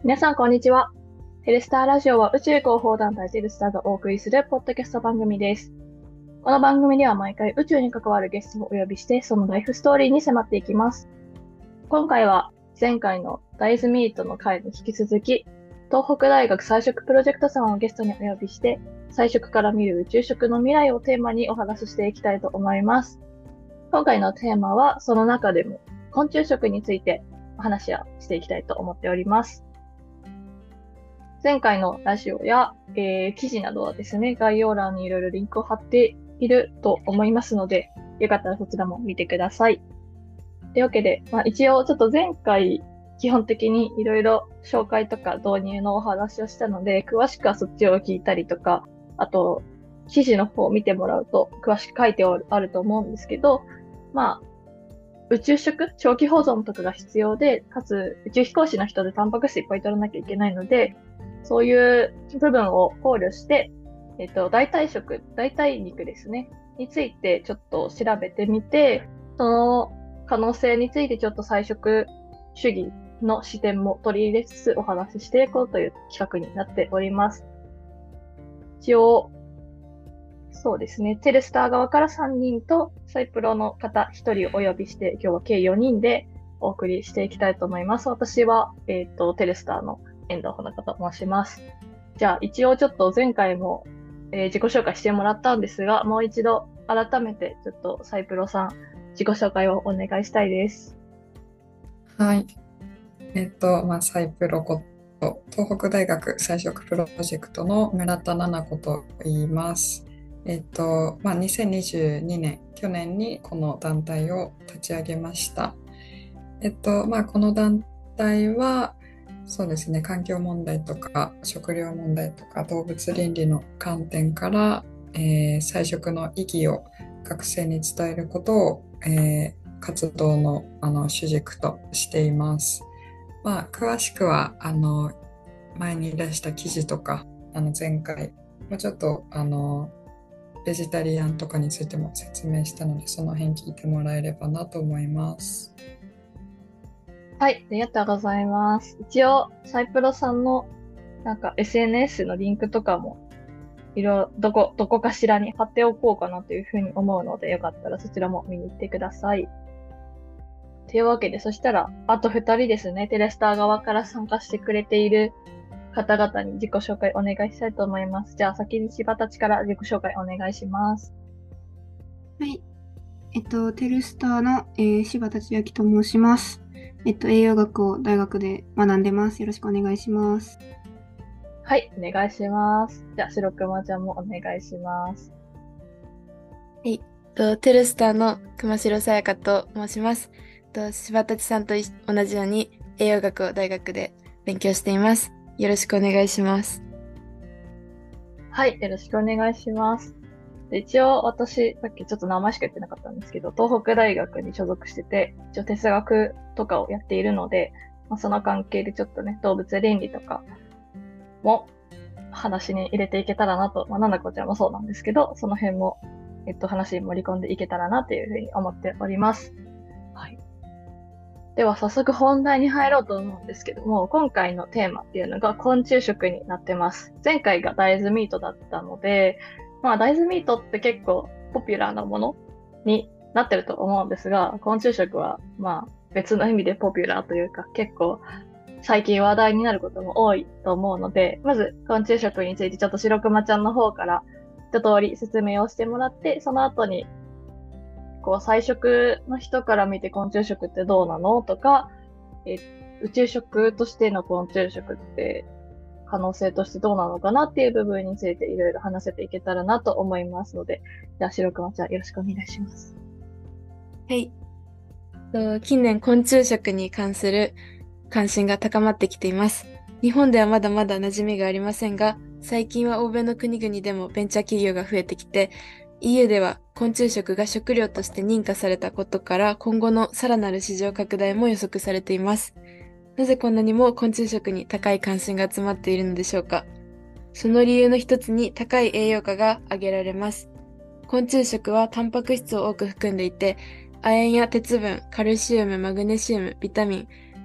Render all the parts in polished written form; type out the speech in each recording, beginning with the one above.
皆さん、こんにちは。テレスターラジオは宇宙広報団体テレスターがお送りするポッドキャスト番組です。この番組では毎回宇宙に関わるゲストをお呼びして、そのライフストーリーに迫っていきます。今回は前回の大豆ミートの回に引き続き、東北大学菜食プロジェクトさんをゲストにお呼びして、菜食から見る宇宙食の未来をテーマにお話ししていきたいと思います。今回のテーマは、その中でも昆虫食についてお話をしていきたいと思っております。前回のラジオや、記事などはですね、概要欄にいろいろリンクを貼っていると思いますので、よかったらそちらも見てください。というわけで、一応ちょっと前回基本的にいろいろ紹介とか導入のお話をしたので、詳しくはそっちを聞いたりとか、あと、記事の方を見てもらうと詳しく書いてあると思うんですけど、宇宙食、長期保存とかが必要で、かつ宇宙飛行士の人でタンパク質いっぱい取らなきゃいけないので、そういう部分を考慮して、代替食、代替肉ですね、についてちょっと調べてみて、その可能性についてちょっと菜食主義の視点も取り入れつつお話ししていこうという企画になっております。一応、そうですね。テレスター側から3人と、サイプロの方1人をお呼びして、今日は計4人でお送りしていきたいと思います。私は、テレスターの遠藤穂香と申します。じゃあ、一応ちょっと前回も、自己紹介してもらったんですが、もう一度改めてちょっとサイプロさん、自己紹介をお願いしたいです。 はい。サイプロこと、東北大学菜食プロジェクトの村田奈々子と言います。2022年、去年にこの団体を立ち上げました。この団体は、そうですね、環境問題とか食料問題とか動物倫理の観点から、菜食の意義を学生に伝えることを、活動の、主軸としています。詳しくは前に出した記事とか前回もうちょっとベジタリアンとかについても説明したので、その辺聞いてもらえればなと思います。 はい、ありがとうございます。一応、サイプロさんのSNS のリンクとかもどこかしらに貼っておこうかなというふうに思うので、よかったらそちらも見に行ってください。というわけで、そしたら、あと2人ですね、テレスター側から参加してくれている方々に自己紹介お願いしたいと思います。じゃあ、先に柴たちから自己紹介お願いします。 はい。テルスターの、柴田千秋と申します。栄養学を大学で学んでます。よろしくお願いします。 はい、お願いします。じゃあ、白熊ちゃんもお願いします。 はい。テルスターの熊代さやかと申します。柴立さんと同じように栄養学を大学で勉強しています。よろしくお願いします。 はい、よろしくお願いします。で一応、私、さっきちょっと名前しか言ってなかったんですけど、東北大学に所属してて、一応哲学とかをやっているので、その関係でちょっとね、動物倫理とかも話に入れていけたらなと、ななこちゃんもそうなんですけど、その辺も、話に盛り込んでいけたらなというふうに思っております。はい。では早速本題に入ろうと思うんですけども、今回のテーマっていうのが昆虫食になってます。前回が大豆ミートだったので、大豆ミートって結構ポピュラーなものになってると思うんですが、昆虫食は別の意味でポピュラーというか結構最近話題になることも多いと思うので、まず昆虫食についてちょっと白熊ちゃんの方から一通り説明をしてもらって、その後に菜食の人から見て昆虫食ってどうなのとか、宇宙食としての昆虫食って可能性としてどうなのかなっていう部分についていろいろ話せていけたらなと思いますので、じゃあ白熊ちゃんよろしくお願いします。 はい。近年昆虫食に関する関心が高まってきています。日本ではまだまだ馴染みがありませんが、最近は欧米の国々でもベンチャー企業が増えてきて、EU では昆虫食が食料として認可されたことから、今後のさらなる市場拡大も予測されています。なぜこんなにも昆虫食に高い関心が集まっているのでしょうか。その理由の一つに高い栄養価が挙げられます。昆虫食はタンパク質を多く含んでいて、亜鉛や鉄分、カルシウム、マグネシウム、ビタミン、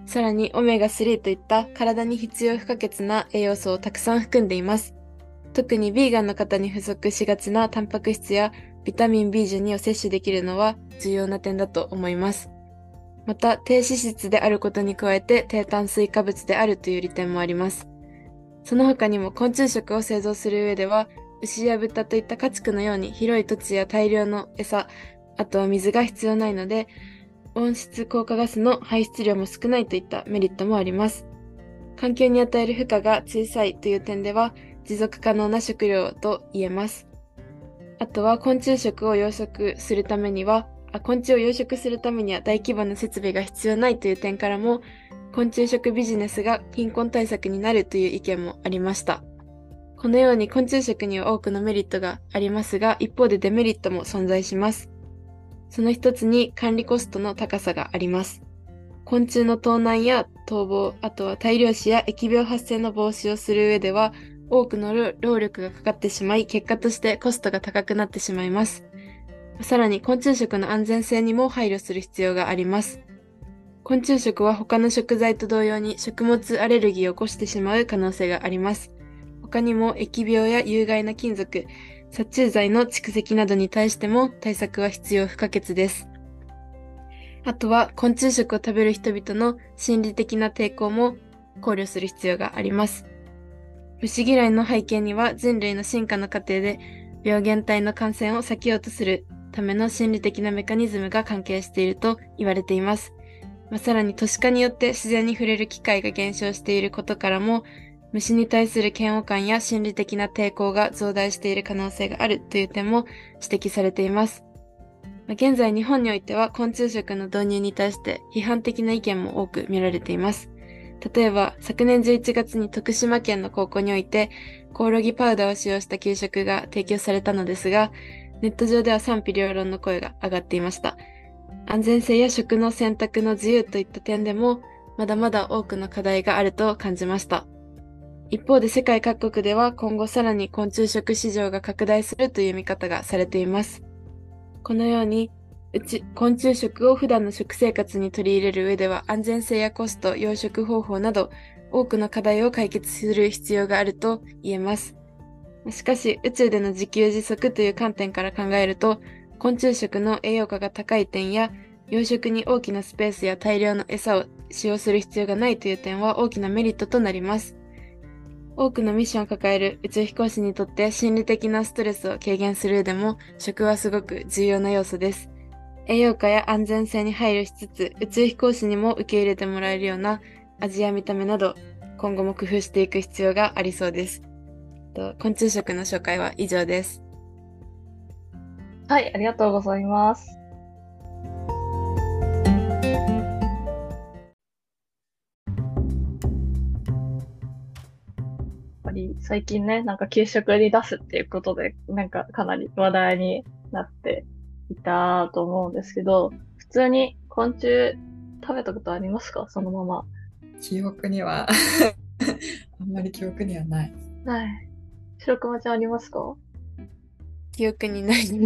さらにオメガ3といった体に必要不可欠な栄養素をたくさん含んでいます。特にヴィーガンの方に不足しがちなタンパク質やビタミン B12 を摂取できるのは重要な点だと思います。また、低脂質であることに加えて低炭水化物であるという利点もあります。その他にも昆虫食を製造する上では、牛や豚といった家畜のように広い土地や大量の餌、あとは水が必要ないので、温室効果ガスの排出量も少ないといったメリットもあります。環境に与える負荷が小さいという点では、持続可能な食料と言えます。あとは昆虫を養殖するためには大規模な設備が必要ないという点からも、昆虫食ビジネスが貧困対策になるという意見もありました。このように昆虫食には多くのメリットがありますが、一方でデメリットも存在します。その一つに管理コストの高さがあります。昆虫の盗難や逃亡、あとは大量死や疫病発生の防止をする上では、多くの労力がかかってしまい、結果としてコストが高くなってしまいます。さらに昆虫食の安全性にも配慮する必要があります。昆虫食は他の食材と同様に食物アレルギーを起こしてしまう可能性があります。他にも疫病や有害な金属、殺虫剤の蓄積などに対しても対策は必要不可欠です。あとは昆虫食を食べる人々の心理的な抵抗も考慮する必要があります。虫嫌いの背景には人類の進化の過程で病原体の感染を避けようとするための心理的なメカニズムが関係していると言われています。さらに都市化によって自然に触れる機会が減少していることからも、虫に対する嫌悪感や心理的な抵抗が増大している可能性があるという点も指摘されています。現在日本においては昆虫食の導入に対して批判的な意見も多く見られています。例えば昨年11月に徳島県の高校においてコオロギパウダーを使用した給食が提供されたのですが、ネット上では賛否両論の声が上がっていました。安全性や食の選択の自由といった点でもまだまだ多くの課題があると感じました。一方で世界各国では今後さらに昆虫食市場が拡大するという見方がされています。このように昆虫食を普段の食生活に取り入れる上では安全性やコスト、養殖方法など多くの課題を解決する必要があると言えます。しかし宇宙での自給自足という観点から考えると、昆虫食の栄養価が高い点や養殖に大きなスペースや大量の餌を使用する必要がないという点は大きなメリットとなります。多くのミッションを抱える宇宙飛行士にとって心理的なストレスを軽減する上でも食はすごく重要な要素です。栄養価や安全性に配慮しつつ宇宙飛行士にも受け入れてもらえるような味や見た目など今後も工夫していく必要がありそうです。昆虫食の紹介は以上です。 はい、ありがとうございます。やっぱり最近ね、なんか給食に出すっていうことで、なんかかなり話題になっていたと思うんですけど、普通に昆虫食べたことありますか？そのまま。 記憶にはあんまり記憶にはない。 はい。白熊ちゃんありますか？ 記憶にないです。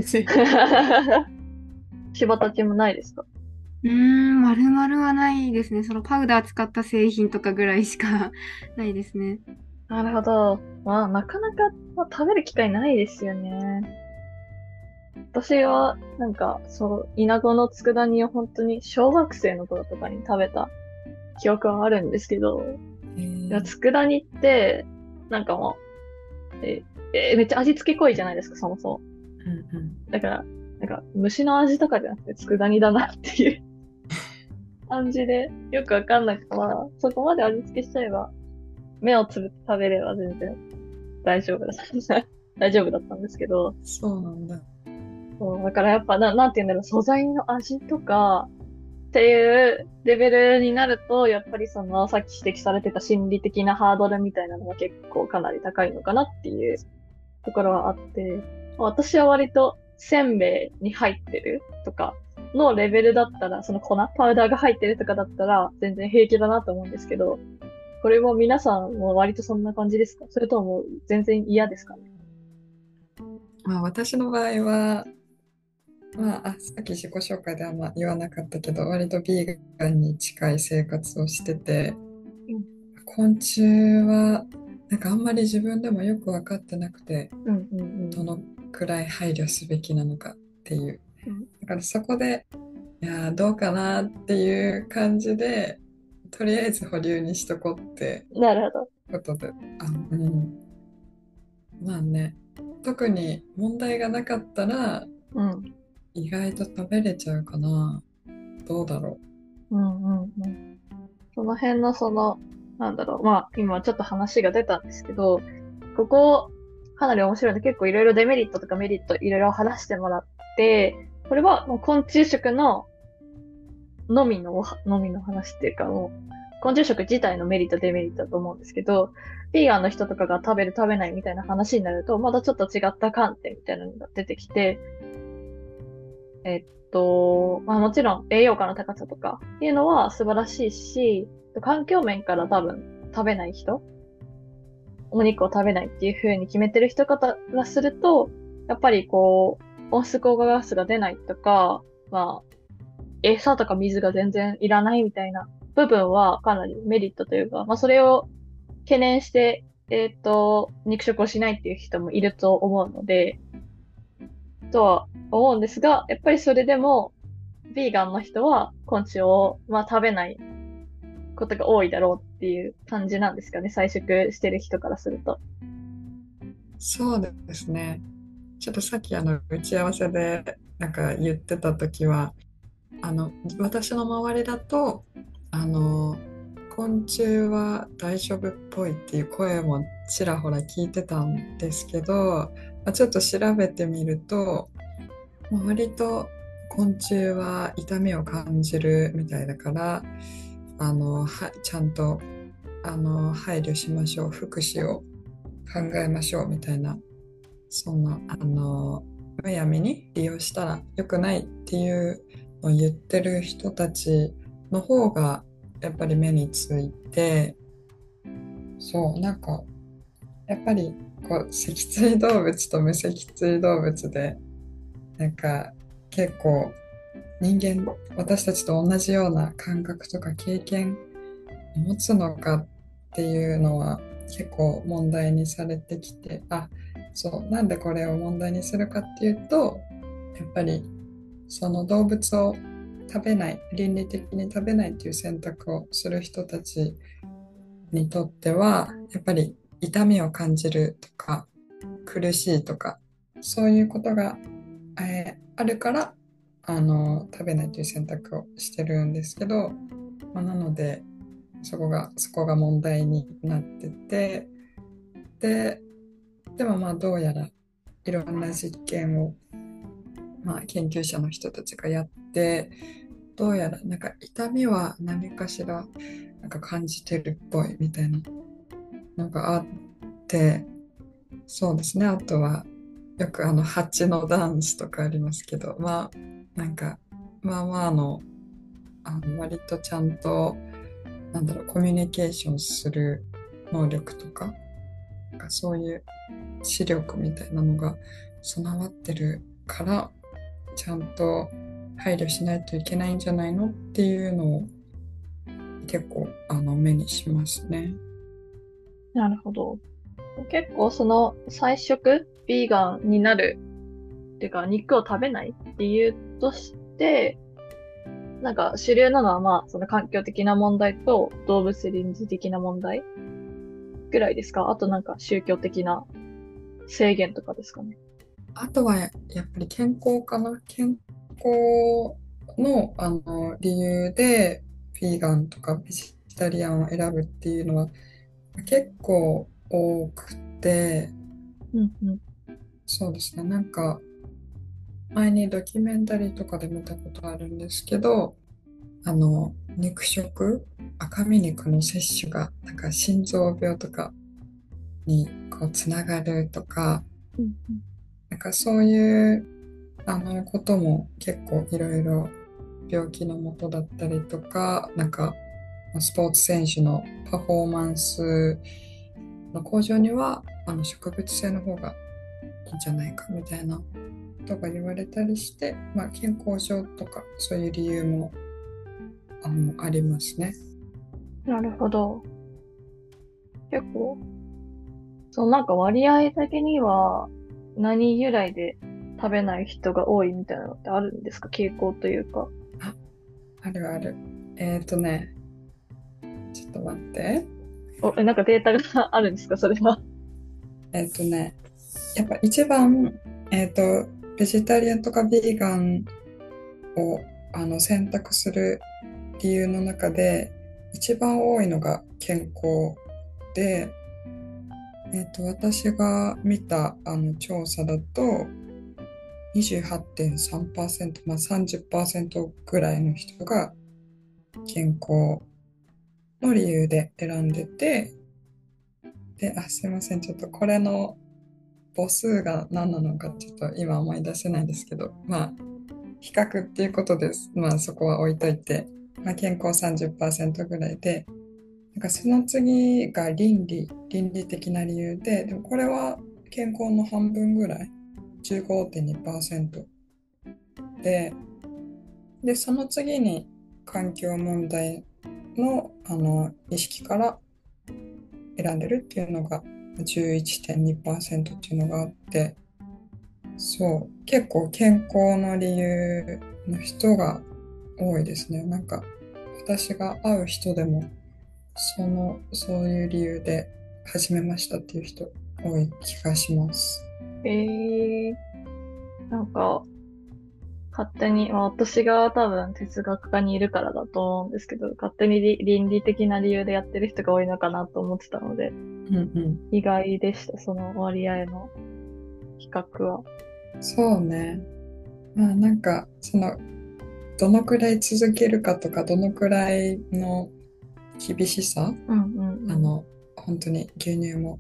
柴田ちもないですか？ 丸々はないですね。そのパウダー使った製品とかぐらいしかないですね。 なるほど。まあ、なかなか、食べる機会ないですよね。私は、なんか、イナゴの佃煮を本当に小学生の頃とかに食べた記憶はあるんですけど、いや佃煮って、なんかもう、めっちゃ味付け濃いじゃないですか、そもそも。だから、なんか、虫の味とかじゃなくて佃煮だなっていう感じで、よくわかんなくて、まあ、そこまで味付けしちゃえば、目をつぶって食べれば全然大丈夫だ大丈夫だったんですけど。 そうなんだ。 そうだからやっぱなんて言うんだろう、素材の味とかっていうレベルになると、やっぱりさっき指摘されてた心理的なハードルみたいなのが結構かなり高いのかなっていうところはあって、私は割とせんべいに入ってるとかのレベルだったら、そのパウダーが入ってるとかだったら全然平気だなと思うんですけど、これも皆さんも割とそんな感じですか？それとも全然嫌ですかね？ 私の場合はさっき自己紹介では言わなかったけど、割とビーガンに近い生活をしてて、 うん昆虫はなんかあんまり自分でもよく分かってなくて、 うんうんどのくらい配慮すべきなのかっていう。 うんだからそこで、いやーどうかなっていう感じで、とりあえず保留にしとこうってなるほど。 ことで、まあね、特に問題がなかったら、 うん。 意外と食べれちゃうかな。どうだろうんうんうん。その辺のなんだろう。まあ、今ちょっと話が出たんですけど、ここ、かなり面白いので、結構いろいろデメリットとかメリットいろいろ話してもらって、これはもう昆虫食のみの話っていうか、もう、昆虫食自体のメリット、デメリットだと思うんですけど、ヴィーガンの人とかが食べる、食べないみたいな話になると、またちょっと違った観点みたいなのが出てきて、まあもちろん栄養価の高さとかっていうのは素晴らしいし、環境面から多分食べない人、お肉を食べないっていう風に決めてる人からすると、やっぱり温室効果ガスが出ないとか、まあ、餌とか水が全然いらないみたいな部分はかなりメリットというか、まあそれを懸念して、肉食をしないっていう人もいると思うので、とは思うんですが、やっぱりそれでも、ヴィーガンの人は昆虫を、まあ、食べないことが多いだろうっていう感じなんですかね、菜食してる人からすると。 う。そうですね。ちょっとさっき打ち合わせでなんか言ってた時は、私の周りだと、昆虫は大丈夫っぽいっていう声もちらほら聞いてたんですけど、ちょっと調べてみると、割と昆虫は痛みを感じるみたいだから、ちゃんと配慮しましょう、福祉を考えましょうみたいな、そんなむやみに利用したら良くないっていうのを言ってる人たちの方がやっぱり目について、そうなんかやっぱり脊椎動物と無脊椎動物でなんか結構私たちと同じような感覚とか経験を持つのかっていうのは結構問題にされてきて、そう、なんでこれを問題にするかっていうと、やっぱりその動物を食べない、倫理的に食べないっていう選択をする人たちにとっては、やっぱり痛みを感じるとか、苦しいとか、そういうことが、あるから、食べないという選択をしてるんですけど、なので、そこが問題になってて、で、でもどうやらいろんな実験を、研究者の人たちがやって、どうやらなんか痛みは何かしらなんか感じてるっぽいみたいなのがあって、そうですね。あとはよく蜂のダンスとかありますけど、なんか割とちゃんとコミュニケーションする能力とか、なんかそういう視力みたいなのが備わってるから、ちゃんと配慮しないといけないんじゃないのっていうのを結構目にしますね。 なるほど。結構菜食、ヴィーガンになるっていうか、肉を食べない理由として、なんか主流なのはその環境的な問題と動物倫理的な問題ぐらいですか？あとなんか宗教的な制限とかですかね。 あとはやっぱり健康かな。健康の、理由でフィーガンとかベジタリアンを選ぶっていうのは結構多くて、 うんうん。 そうですね。なんか前にドキュメンタリーとかで見たことあるんですけど、肉食、赤身肉の摂取がなんか心臓病とかにつながるとか、 うんなんかそういうことも結構いろいろ病気のもとだったりとか、なんかスポーツ選手のパフォーマンスの向上には植物性の方がいいんじゃないかみたいなとか言われたりして、健康上とかそういう理由もありますね。 なるほど。結構、なんか割合的には何由来で食べない人が多いみたいなのってあるんですか？傾向というか。 あるある。ちょっと待って。 なんかデータがあるんですか、それは。 やっぱ一番、ベジタリアンとかビーガンを選択する理由の中で一番多いのが健康で、私が見た調査だと28.3%、30%ぐらいの人が健康の理由で選んでて、すいません、ちょっとこれの母数が何なのかちょっと今思い出せないんですけど、比較っていうことです。そこは置いといて、健康30%ぐらいで、なんかその次が倫理的な理由で、でもこれは健康の半分ぐらい、15.2%で、その次に環境問題の、意識から選んでるっていうのが11.2% っていうのがあって、そう、結構健康の理由の人が多いですね。なんか私が会う人でもそういう理由で始めましたっていう人多い気がします。 なんか、勝手に、私が多分哲学科にいるからだと思うんですけど、勝手に倫理的な理由でやってる人が多いのかなと思ってたので、意外でした、その割合の比較は。 そうね。なんか、どのくらい続けるかとか、どのくらいの厳しさ、本当に牛乳も、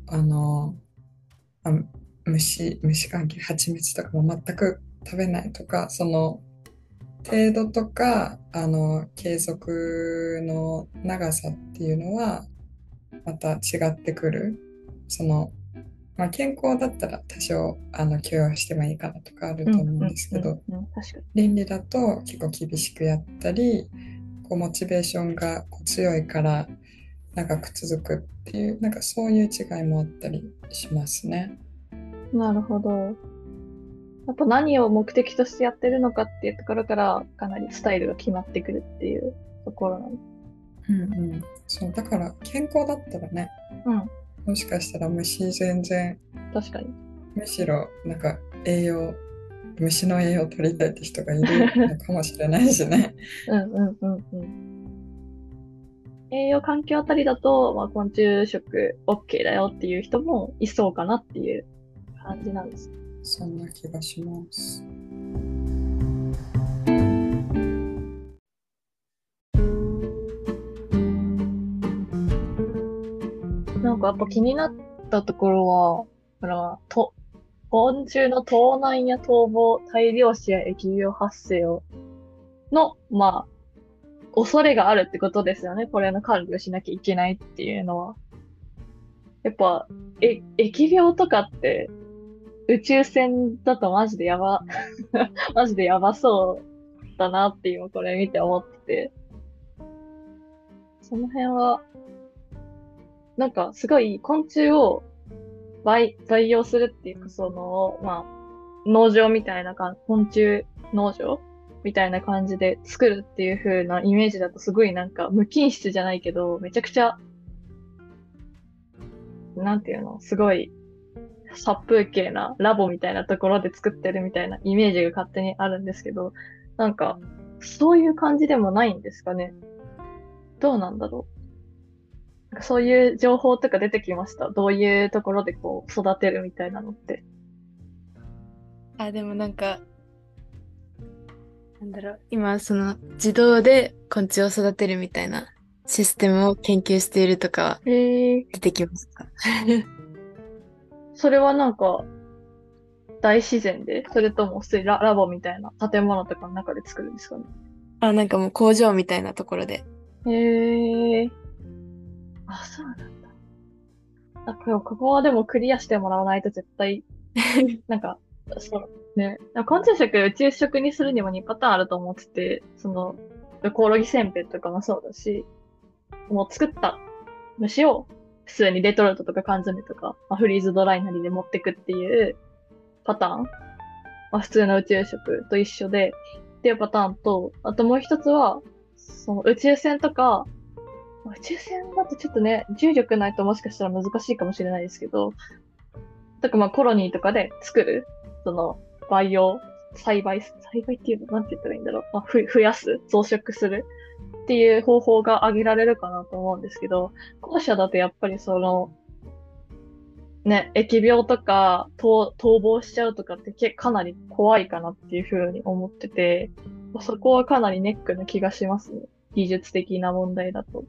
あ虫関係、蜂蜜とかも全く食べないとか、その程度とか、継続の長さっていうのは、また違ってくる。健康だったら多少許容してもいいかなとかあると思うんですけど、 確かに。 倫理だと結構厳しくやったり、モチベーションが強いから長く続くっていう、なんかそういう違いもあったりしますね。 なるほど。やっぱ何を目的としてやってるのかっていうところからかなりスタイルが決まってくるっていうところなんです。 そうだから健康だったらね、もしかしたら全然確かにむしろなんか虫の栄養を取りたいって人がいるのかもしれないしね。 栄養環境あたりだと、昆虫食 OK だよっていう人もいそうかなっていう感じなんです。 そんな気がします。 なんかやっぱ気になったところは、昆虫の盗難や逃亡、大量死や疫病発生の、恐れがあるってことですよね。これの管理をしなきゃいけないっていうのは。やっぱ、疫病とかって宇宙船だとマジでマジでやばそうだなって今これ見て思ってて。その辺は、なんかすごい昆虫を培養するっていうか、農場みたいな昆虫農場みたいな感じで作るっていう風なイメージだとすごいなんか無菌室じゃないけど、めちゃくちゃ、なんていうの、すごい殺風景なラボみたいなところで作ってるみたいなイメージが勝手にあるんですけど、なんか、そういう感じでもないんですかね。どうなんだろう。なんかそういう情報とか出てきました。どういうところで育てるみたいなのって。 でも今自動で昆虫を育てるみたいなシステムを研究しているとかは出てきました。 それはなんか、大自然で、それとも普通にラボみたいな建物とかの中で作るんですかね。 なんかもう工場みたいなところで。 そうなんだ。ここはでもクリアしてもらわないと絶対、なんか、 そうね。昆虫食宇宙食にするにも2パターンあると思ってて、コオロギせんべいとかもそうだし、もう作った虫を普通にレトルトとか缶詰とか、フリーズドライなりで持ってくっていうパターン。普通の宇宙食と一緒で、っていうパターンと、あともう一つは、その宇宙船とか、宇宙船だとちょっとね、重力ないともしかしたら難しいかもしれないですけど、とかコロニーとかで作る、培養、栽培っていうのなんて言ったらいいんだろう。増やす、増殖するっていう方法が挙げられるかなと思うんですけど、後者だとやっぱりね、疫病とか逃亡しちゃうとかってかなり怖いかなっていうふうに思ってて、そこはかなりネックな気がしますね。技術的な問題だと。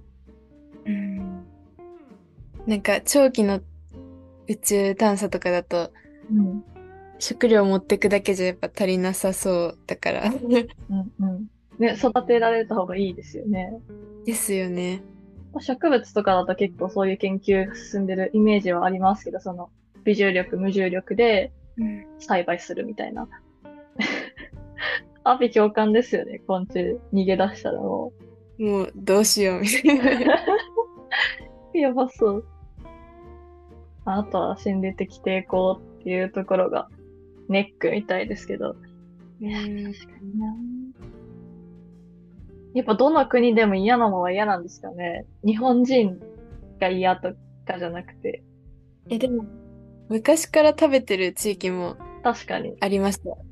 なんか長期の宇宙探査とかだとうん。 食料持ってくだけじゃやっぱ足りなさそうだから。 うんうん。ね、育てられた方がいいですよね。 ですよね。 植物とかだと結構そういう研究が進んでるイメージはありますけど、微重力、無重力で栽培するみたいな。阿鼻共感ですよね、昆虫逃げ出したらももうどうしようみたいな。 う。やばそう。あとは心理的抵抗っていうところがネックみたいですけど。確かにな。やっぱどの国でも嫌なものは嫌なんですかね。日本人が嫌とかじゃなくて。 でも昔から食べてる地域も確かに。 ありました。はい。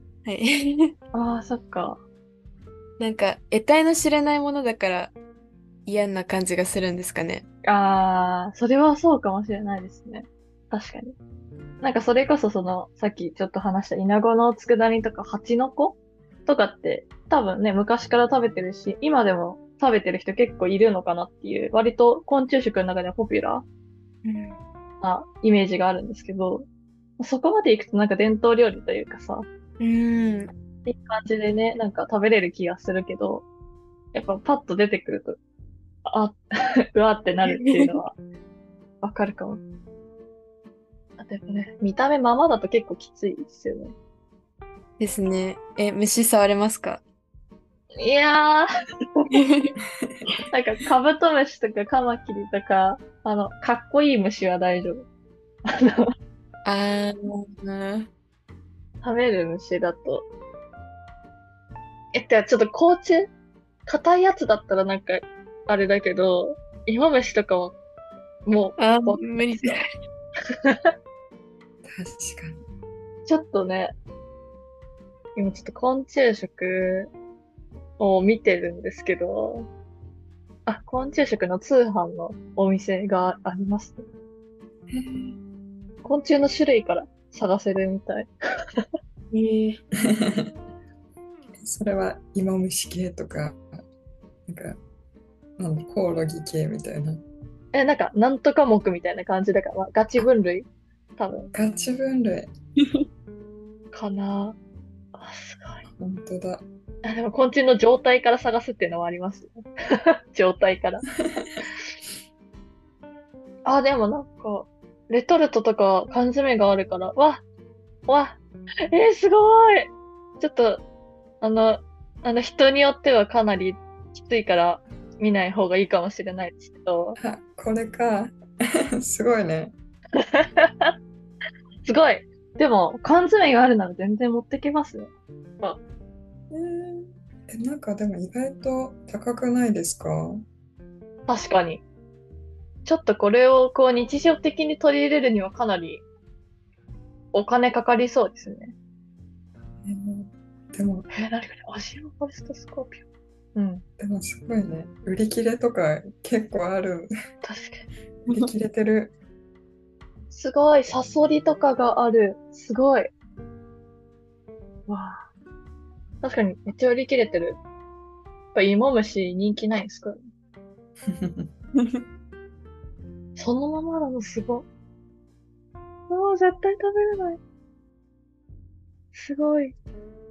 ああ、そっか。 なんか得体の知れないものだから嫌な感じがするんですかね。 ああ、それはそうかもしれないですね。確かに。なんかそれこそさっきちょっと話したイナゴの佃煮とかハチノコとかって多分ね、昔から食べてるし、今でも食べてる人結構いるのかなっていう、割と昆虫食の中ではポピュラーなイメージがあるんですけど、そこまで行くとなんか伝統料理というかさ、いい感じでね、なんか食べれる気がするけど、やっぱパッと出てくると、うわってなるっていうのはわかるかも。あとやっぱね、見た目ままだと結構きついですよね。 ですね。虫触れますか？ いやー、なんかカブトムシとかカマキリとか、かっこいい虫は大丈夫。 あー、 食べる虫だと。ちょっと甲虫硬いやつだったらなんか、あれだけど、芋虫とかは、もう、 無理です。 確かに。 ちょっとね、今ちょっと昆虫食を見てるんですけど、昆虫食の通販のお店がありますね。昆虫の種類から探せるみたい。 それは芋虫系とか、コオロギ系みたいな。 なんか、なんとか目みたいな感じだから、ガチ分類多分。 ガチ分類。 かな。すごい。 本当だ。 でも昆虫の状態から探すっていうのもありますね。状態から。でもなんか、レトルトとか缶詰があるから、すごいちょっと、人によってはかなりきついから見ない方がいいかもしれないですけど。 これか。すごいね。 すごいでも、缶詰があるなら全然持ってきますね。 なんかでも意外と高くないですか？ 確かに。ちょっとこれをこう日常的に取り入れるにはかなりお金かかりそうですね。 でも、 何これアジアフォレストスコーピオン。 でもすごいね。売り切れとか結構ある。 確かに。売り切れてる。 すごい、サソリとかがある。すごい。確かにめっちゃ売り切れてる。やっぱ芋虫人気ないんですか？そのままなのすごい。絶対食べれない。すごい。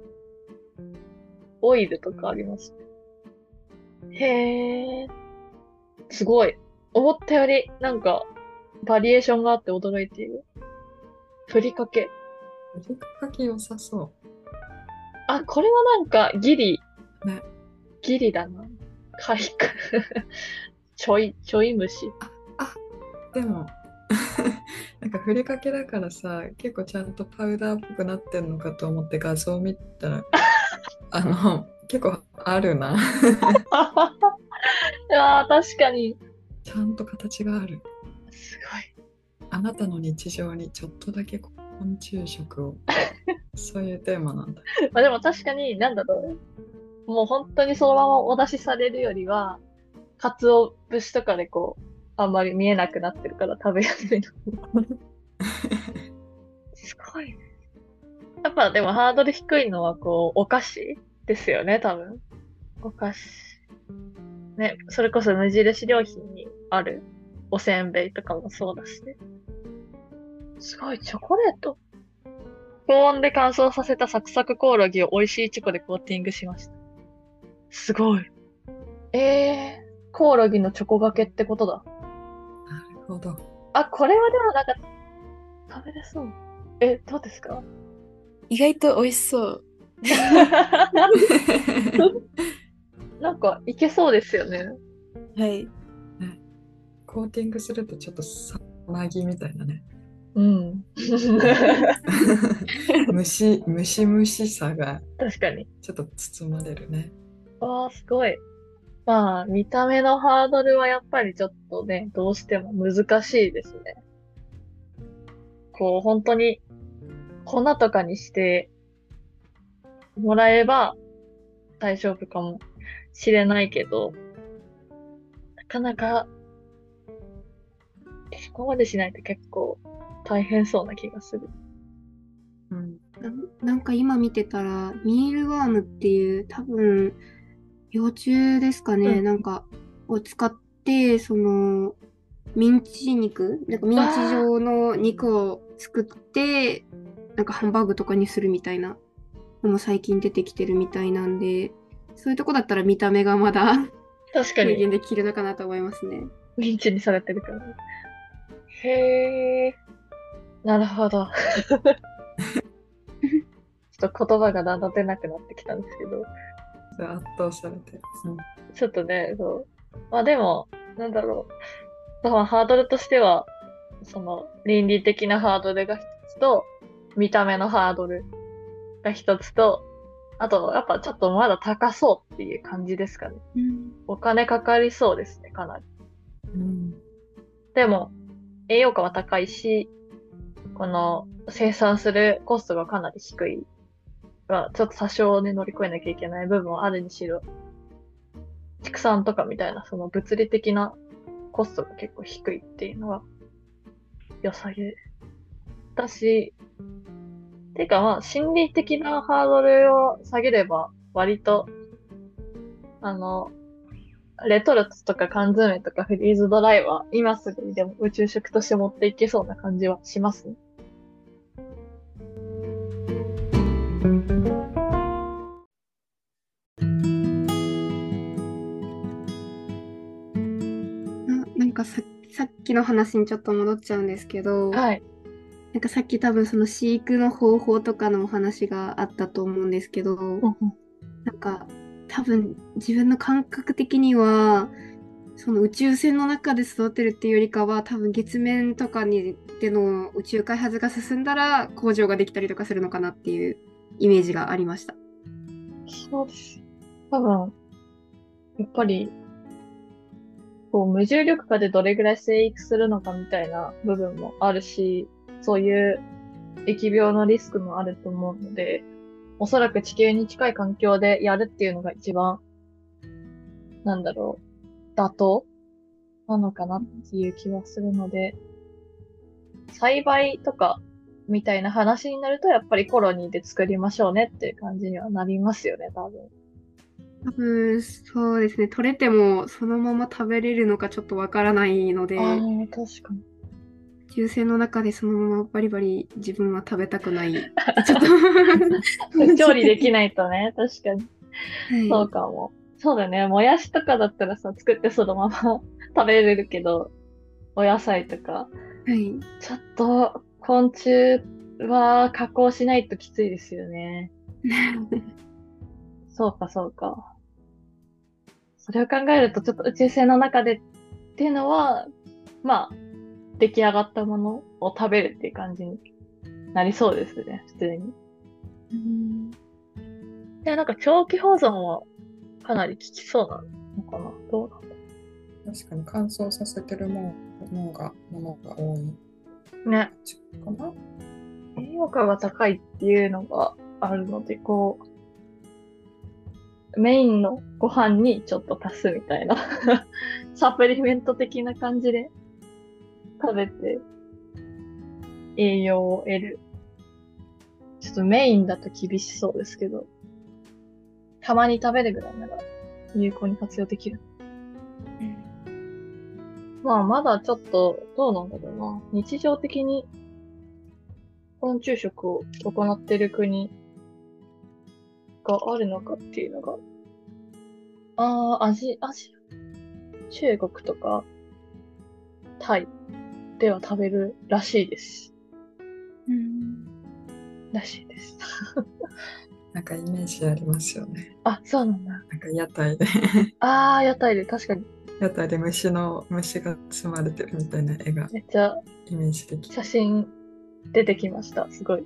オイルとかありますね。へー。すごい。思ったより、なんか、バリエーションがあって驚いている。ふりかけ。 ふりかけ良さそあ、これはなんかギリ、 う。ね。 ギリだな。かいく。ちょい虫。 あ、でも、なんかふりかけだからさ、結構ちゃんとパウダーっぽくなってんのかと思って画像見たら、結構あるな。 いやー、確かに。 ちゃんと形がある。 すあなたの日常にちょっとだけ昆虫食を。そういうテーマなんだ。 ごい。まあでも確かに、なんだろう。もう本当にそのままお出しされるよりは、鰹節とかでこう、あんまり見えなくなってるから食べやすいの。すごいね。やっぱでもハードル低いのはこう、お菓子ですよね、多分。お菓子。ね、それこそ無印良品にあるおせんべいとかもそうだしね。すごい、チョコレート。高温で乾燥させたサクサクコオロギを美味しいチョコでコーティングしました。すごい。コオロギのチョコがけってことだ。 なるほど。 あ、これはでもなんか、食べれそう。どうですか？ 意外と美味しそう。 なんか、いけそうですよね。 はい。 ね、コーティングするとちょっとさなぎみたいなね。 うん。 ムシムシさが確かに。 ちょっと包まれるね。 ああ、すごい。まあ、見た目のハードルはやっぱりちょっとね、どうしても難しいですね。こう、本当に粉とかにしてもらえば大丈夫かもしれないけど、なかなかそこまでしないと結構大変そうな気がする。 うん。 なんか今見てたら、ミールワームっていう多分幼虫ですかね、 うんなんかを使って、そのミンチ肉、なんかミンチ状の肉を作って、なんかハンバーグとかにするみたいなのも最近出てきてるみたいなんで、そういうとこだったら見た目がまだ確かに、 軽減できるのかなと思いますね。 ミンチにされてるからね。へえ、なるほど。ちょっと言葉がだんだん出なくなってきたんですけど、 圧倒されて。 ちょっとね、そう。まあでも、なんだろう。まあハードルとしては、その倫理的なハードルが一つと、見た目のハードルが一つと、あと、やっぱちょっとまだ高そうっていう感じですかね。お金かかりそうですね、かなり。 うん。 でも、栄養価は高いし、この生産するコストがかなり低い。まあ、ちょっと多少ね、乗り越えなきゃいけない部分はあるにしろ、畜産とかみたいな、その物理的なコストが結構低いっていうのは、良さげだし、ていうかまあ、心理的なハードルを下げれば、割と、あの、レトルトとか缶詰とかフリーズドライは今すぐにでも宇宙食として持っていけそうな感じはしますね。 なんかさっきの話にちょっと戻っちゃうんですけど、 はい。 なんかさっき多分その飼育の方法とかのお話があったと思うんですけど、なんか多分自分の感覚的にはその宇宙船の中で育てるっていうよりかは多分月面とかにでの宇宙開発が進んだら工場ができたりとかするのかなっていうイメージがありました。 そうです。多分、やっぱり、こう、無重力下でどれぐらい生育するのかみたいな部分もあるし、そういう疫病のリスクもあると思うので、おそらく地球に近い環境でやるっていうのが一番、なんだろう、妥当なのかなっていう気はするので、栽培とかみたいな話になると、やっぱりコロニーで作りましょうねっていう感じにはなりますよね、多分。 多分そうですね、取れてもそのまま食べれるのかちょっtoわからないので、 ああ、確かに。 宇宙船の中でそのままバリバリ自分は食べたくない。ちょっと調理できないとね、確かに。 はいそうかも。そうだね。もやしとかだったらさ、作ってそのまま食べれるけど、お野菜とか。 はい。 ちょっと、昆虫は加工しないときついですよね。そうか、そうか。それを考えると、ちょっと宇宙船の中でっていうのは、まあ、出来上がったものを食べるっていう感じになりそうですね、普通に。で、なんか長期保存はかなり効きそうなのかな。どうなんだ。 確かに乾燥させてるものが多いね。 かな。 栄養価が高いっていうのがあるので、こう、メインのご飯にちょっと足すみたいなサプリメント的な感じで食べて栄養を得る。ちょっとメインだと厳しそうですけど、たまに食べるぐらいなら有効に活用できる。まあ、まだちょっと、どうなんだろうな。日常的に昆虫食を行っている国があるのかっていうのが、アジア、中国とかタイでは食べるらしいです。らしいです。 なんかイメージありますよね。 あ、そうなんだ。 なんか屋台で屋台で確かに屋台で虫が積まれてるみたいな絵がめっちゃイメージできる。 写真出てきました。すごい。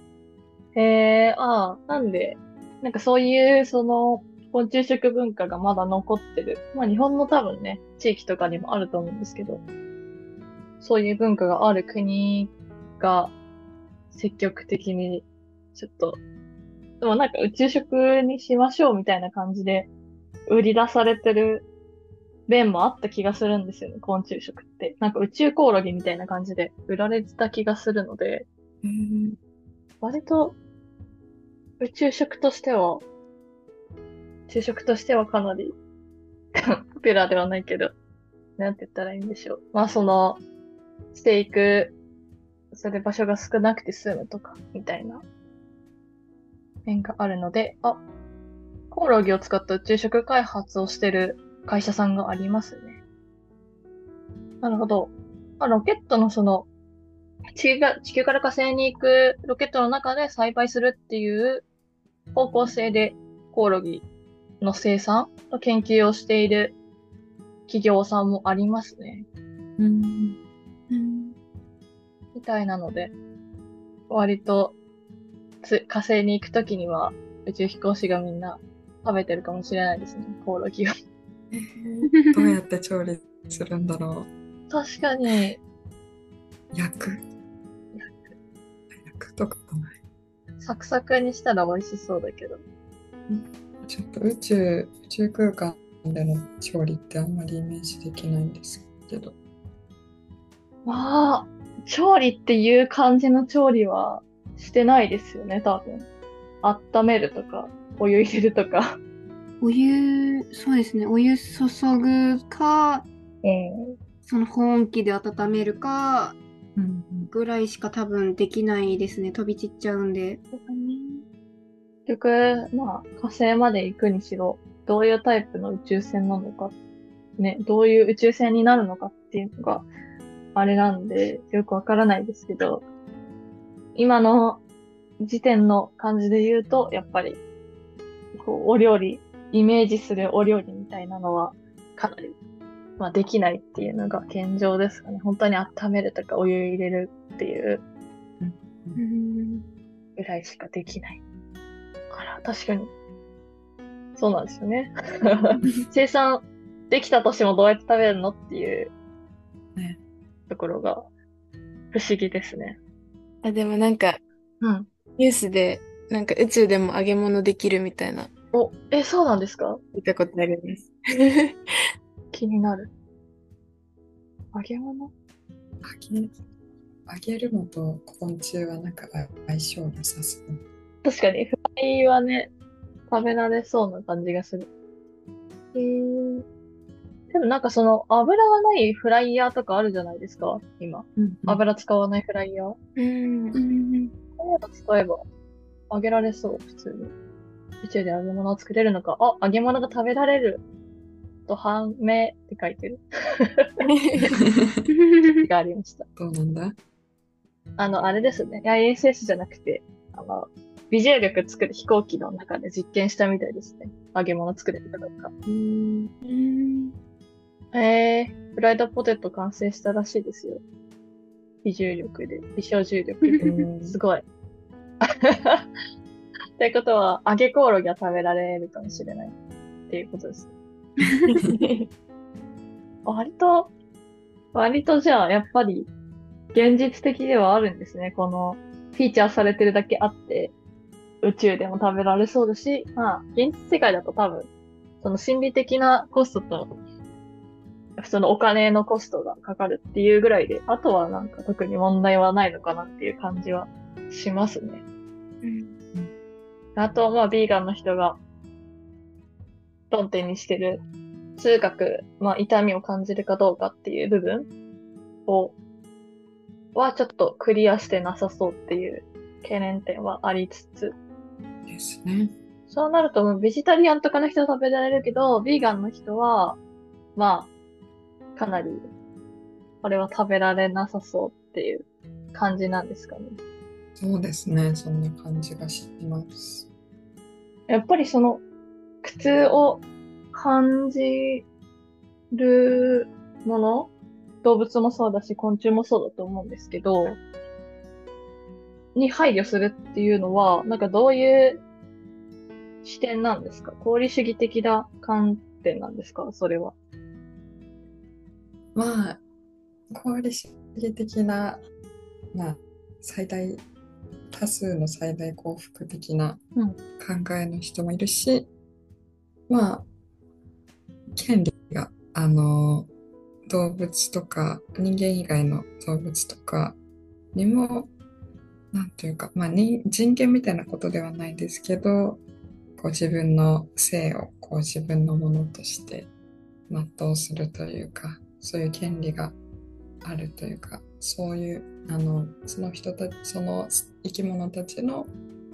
なんで、なんかそういう、昆虫食文化がまだ残ってる。まあ日本の多分ね、地域とかにもあると思うんですけど、そういう文化がある国が積極的に、ちょっと、でもなんか宇宙食にしましょうみたいな感じで売り出されてる面もあった気がするんですよね、昆虫食って。なんか宇宙コオロギみたいな感じで売られてた気がするので、割と宇宙食としては、かなりポピュラーではないけど、なんて言ったらいいんでしょう。まあしていく、それで場所が少なくて済むとか、みたいな面があるので、コオロギを使った宇宙食開発をしてる会社さんがありますね。なるほど。ロケットの地球から火星に行くロケットの中で栽培するっていう方向性でコオロギの生産と研究をしている企業さんもありますね。みたいなので、割と火星に行くときには宇宙飛行士がみんな食べてるかもしれないですね、コオロギを。 どうやって調理するんだろう。確かに。 焼くとかない。 サクサクにしたら美味しそうだけど。 ちょっと宇宙空間での調理ってあんまりイメージできないんですけど。 まあ、調理っていう感じの調理はしてないですよね、多分。温めるとか、お湯入れるとか。 そうですね。お湯注ぐか、その保温器で温めるか、ぐらいしか多分できないですね。飛び散っちゃうんで。 結局、まあ、火星まで行くにしろ、どういうタイプの宇宙船なのか、ね、どういう宇宙船になるのかっていうのが、あれなんで、よくわからないですけど、今の時点の感じで言うと、やっぱり、お料理、イメージするお料理みたいなのは、かなり、まあ、できないっていうのが現状ですかね。本当に温めるとかお湯入れるっていうぐらいしかできない。から確かに。そうなんですよね。生産できたとしてもどうやって食べるのっていうところが不思議ですね。 でもなんか、ニュースで、なんか宇宙でも揚げ物できるみたいな。 そうなんですか？ 見たことあります。 気になる。揚げ物？ 揚げるのと昆虫はなんか相性良さそう。 確かに、フライはね、食べられそうな感じがする。でもなんか油がないフライヤーとかあるじゃないですか、今。油使わないフライヤー。例えば、揚げられそう、普通に。宇宙で揚げ物を作れるのか。揚げ物が食べられる。と、判明って書いてる。がありました。 どうなんだ？ あれですね。ISS じゃなくて、微重力作る飛行機の中で実験したみたいですね。揚げ物作れるかどうか。フライドポテト完成したらしいですよ。微重力で、微小重力で。すごい。ってことは、揚げコオロギは食べられるかもしれないっていうことです。割とじゃあ、やっぱり、現実的ではあるんですね。この、フィーチャーされてるだけあって、宇宙でも食べられそうだし、まあ、現実世界だと多分、その心理的なコストと、そのお金のコストがかかるっていうぐらいで、あとはなんか特に問題はないのかなっていう感じはしますね。あと、まあ、ビーガンの人が、論点にしてる、痛覚、まあ、痛みを感じるかどうかっていう部分はちょっとクリアしてなさそうっていう懸念点はありつつ。 ですね。 そうなると、ベジタリアンとかの人は食べられるけど、ビーガンの人は、まあ、かなり、これは食べられなさそうっていう感じなんですかね。 そうですね。そんな感じがします。 やっぱりその、苦痛を感じるもの、動物もそうだし、昆虫もそうだと思うんですけど、に配慮するっていうのは、なんかどういう視点なんですか？功利主義的な観点なんですか？それは。 まあ、功利主義的な、まあ、多数の最大幸福的な考えの人もいるし、まあ、権利が、動物とか、人間以外の動物とかにも、なんていうか、まあ、人権みたいなことではないですけど、こう自分の性をこう自分のものとして全うするというか、そういう権利があるというか、そういうその人たち、その生き物たちの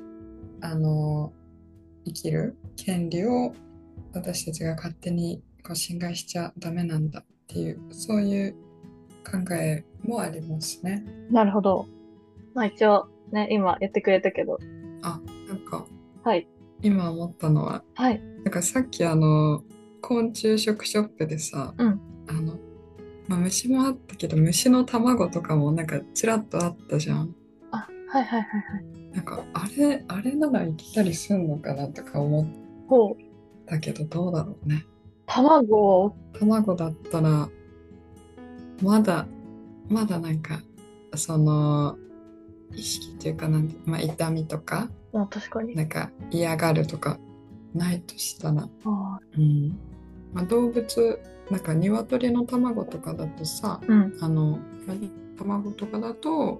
生きる権利を私たちが勝手にこう侵害しちゃダメなんだっていう、そういう考えもありますね。 なるほど。まあ一応ね、今言ってくれたけど。 なんか、 はい。 今思ったのは、 はい。 なんかさっき昆虫食ショップでさ、まあ、虫もあったけど、虫の卵とかもなんかちらっとあったじゃん。 はいはいはいはい。 なんかあれならいけたりすんのかなとか思ったけど、どうだろうね。 卵だったら、まだなんか、その、意識っていうかまあ、痛みとか、 確かに。 なんか嫌がるとかないとしたら、まあ、動物、なんか鶏の卵とかだとさ、卵とかだと、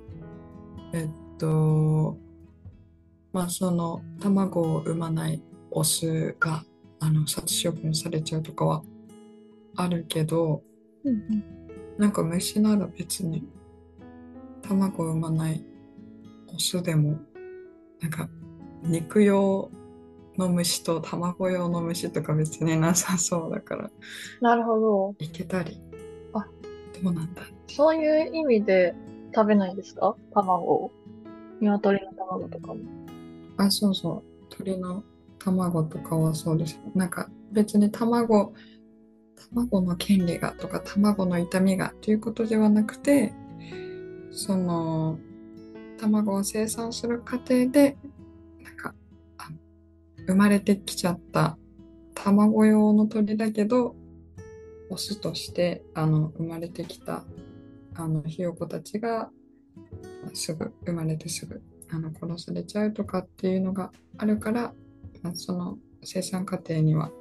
まあその卵を産まないオスが殺処分されちゃうとかはあるけど、なんか虫なら別に卵を産まないオスでもなんか肉用の虫と卵用の虫とか別になさそうだから、 なるほど。 いけたり、どうなんだ。 そういう意味で食べないんですか？卵を。鶏の卵とかも。 そうそう。鳥の卵とかはそうです。なんか別に卵の権利がとか卵の痛みがということではなくて、その卵を生産する過程でなんか生まれてきちゃった卵用の鳥だけどオスとして生まれてきたひよこたちが生まれてすぐ殺されちゃうとかっていうのがあるから、その生産過程には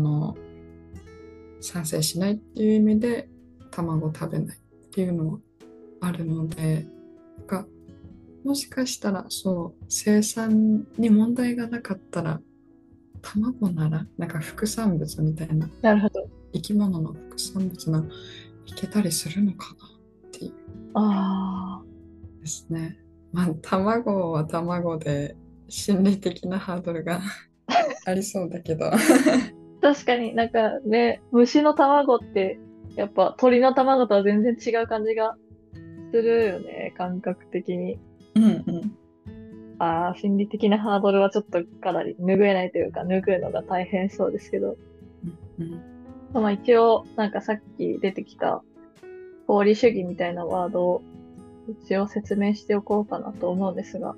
賛成しないっていう意味で卵を食べないっていうのはあるので、もしかしたらそう生産に問題がなかったら卵ならなんか副産物みたいな、 なるほど。 生き物の副産物がいけたりするのかなっていうですね。まあ卵は卵で心理的なハードルがありそうだけど確かになんかね、虫の卵ってやっぱ鳥の卵とは全然違う感じがするよね、感覚的に。 うんうん。 心理的なハードルはちょっとかなり拭えないというか、拭うのが大変そうですけど。 うんまあ一応、なんかさっき出てきた、功利主義みたいなワードを一応説明しておこうかなと思うんですが、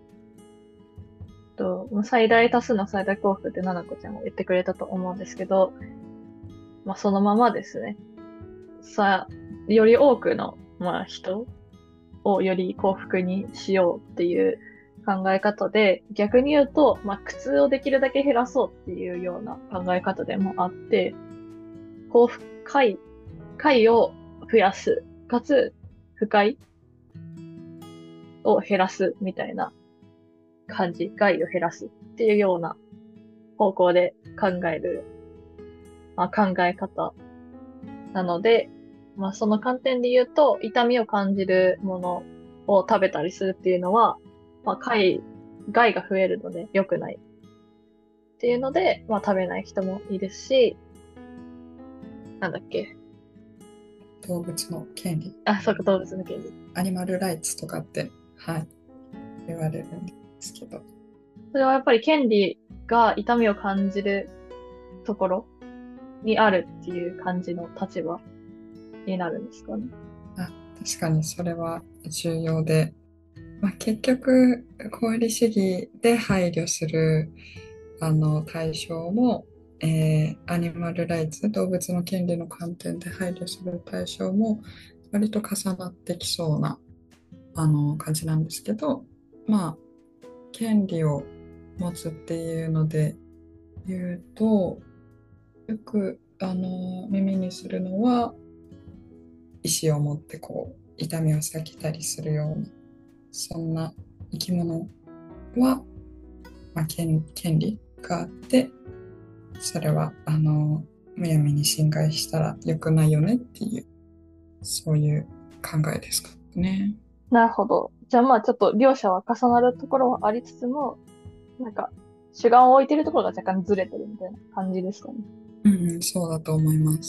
最大多数の最大幸福ってななこちゃんが言ってくれたと思うんですけど、まあそのままですね。より多くの、人をより幸福にしようっていう考え方で、逆に言うと、苦痛をできるだけ減らそうっていうような考え方でもあって、幸福、快を増やす、かつ、不快を減らすみたいな感じ、害を減らすっていうような方向で考える、考え方なので、その観点で言うと、痛みを感じるものを食べたりするっていうのは、害が増えるので良くないっていうので、食べない人もいるし、なんだっけ。 動物の権利。 そうか、動物の権利。 アニマルライツとかって、はい、言われるんですけど。 それはやっぱり権利が痛みを感じるところにあるっていう感じの立場になるんですかね。 確かにそれは重要で、結局、功利主義で配慮する対象も、アニマルライツ、動物の権利の観点で配慮する対象も割と重なってきそうな感じなんですけど、権利を持つっていうので言うと、よく耳にするのは、意志を持って痛みを避けたりするような、そんな生き物は、権利があって、それはむやみに侵害したら良くないよねっていう、そういう考えですかね。 なるほど。じゃあちょっと両者は重なるところはありつつも、なんか主眼を置いてるところが若干ずれてるみたいな感じですかね。 そうだと思います。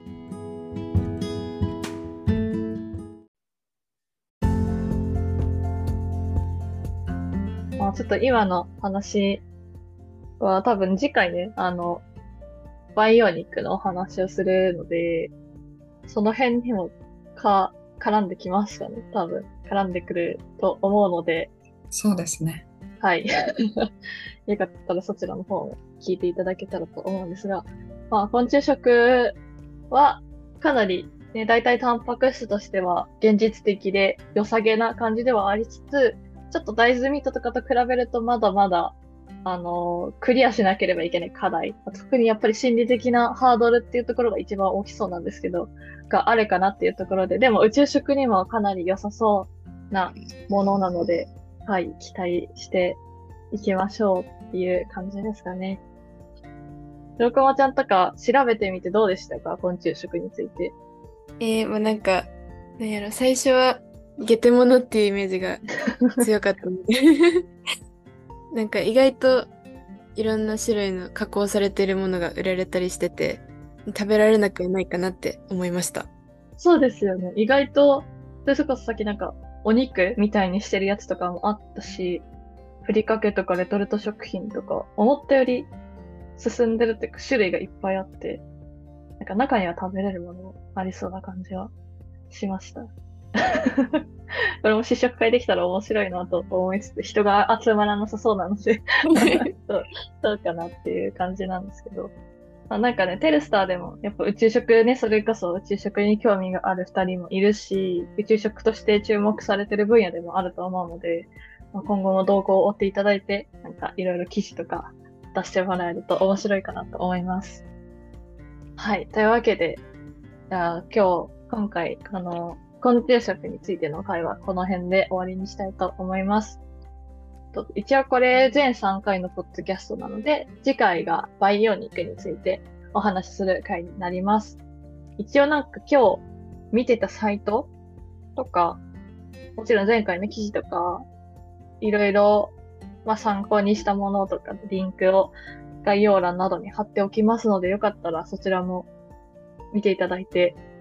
ちょっと今の話は多分次回ね、培養肉のお話をするので、その辺にも絡んできますかね。多分絡んでくると思うので。 そうですね。 はい。よかったらそちらの方も聞いていただけたらと思うんですが、昆虫食はかなりね、大体タンパク質としては現実的で良さげな感じではありつつ、ちょっと大豆ミートとかと比べるとまだまだ、クリアしなければいけない課題。特にやっぱり心理的なハードルっていうところが一番大きそうなんですけど、があるかなっていうところで、でも宇宙食にもかなり良さそうなものなので、はい、期待していきましょうっていう感じですかね。黒駒ちゃんとか調べてみてどうでしたか？昆虫食について。 なんか、なんやろ、最初はゲテモノっていうイメージが強かったのでなんか意外といろんな種類の加工されているものが売られたりしてて、食べられなくはないかなって思いました。 そうですよね。意外と、それこそさっきなんかお肉みたいにしてるやつとかもあったし、ふりかけとかレトルト食品とか、思ったより進んでるっていうか種類がいっぱいあって、なんか中には食べれるものもありそうな感じはしました。これも試食会できたら面白いなと思いつつ、人が集まらなさそうなのでどうかなっていう感じなんですけど。なんかね、テルスターでも、やっぱ宇宙食ね、それこそ宇宙食に興味がある二人もいるし、宇宙食として注目されてる分野でもあると思うので、今後も動向を追っていただいて、なんかいろいろ記事とか出してもらえると面白いかなと思います。はい。というわけで、じゃあ今回、昆虫食についての会話、この辺で終わりにしたいと思います。一応これ全3回のポッドキャストなので、次回が培養肉についてお話しする回になります。一応なんか今日見てたサイトとか、もちろん前回の記事とか、いろいろ参考にしたものとかリンクを概要欄などに貼っておきますので、よかったらそちらも見ていただいて、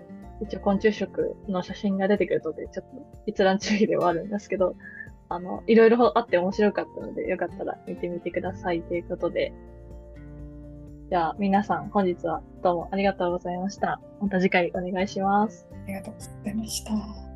一応昆虫食の写真が出てくるので、ちょっと閲覧注意ではあるんですけど、いろいろあって面白かったので、よかったら見てみてくださいということで。じゃあ、皆さん本日はどうもありがとうございました。また次回お願いします。 ありがとうございました。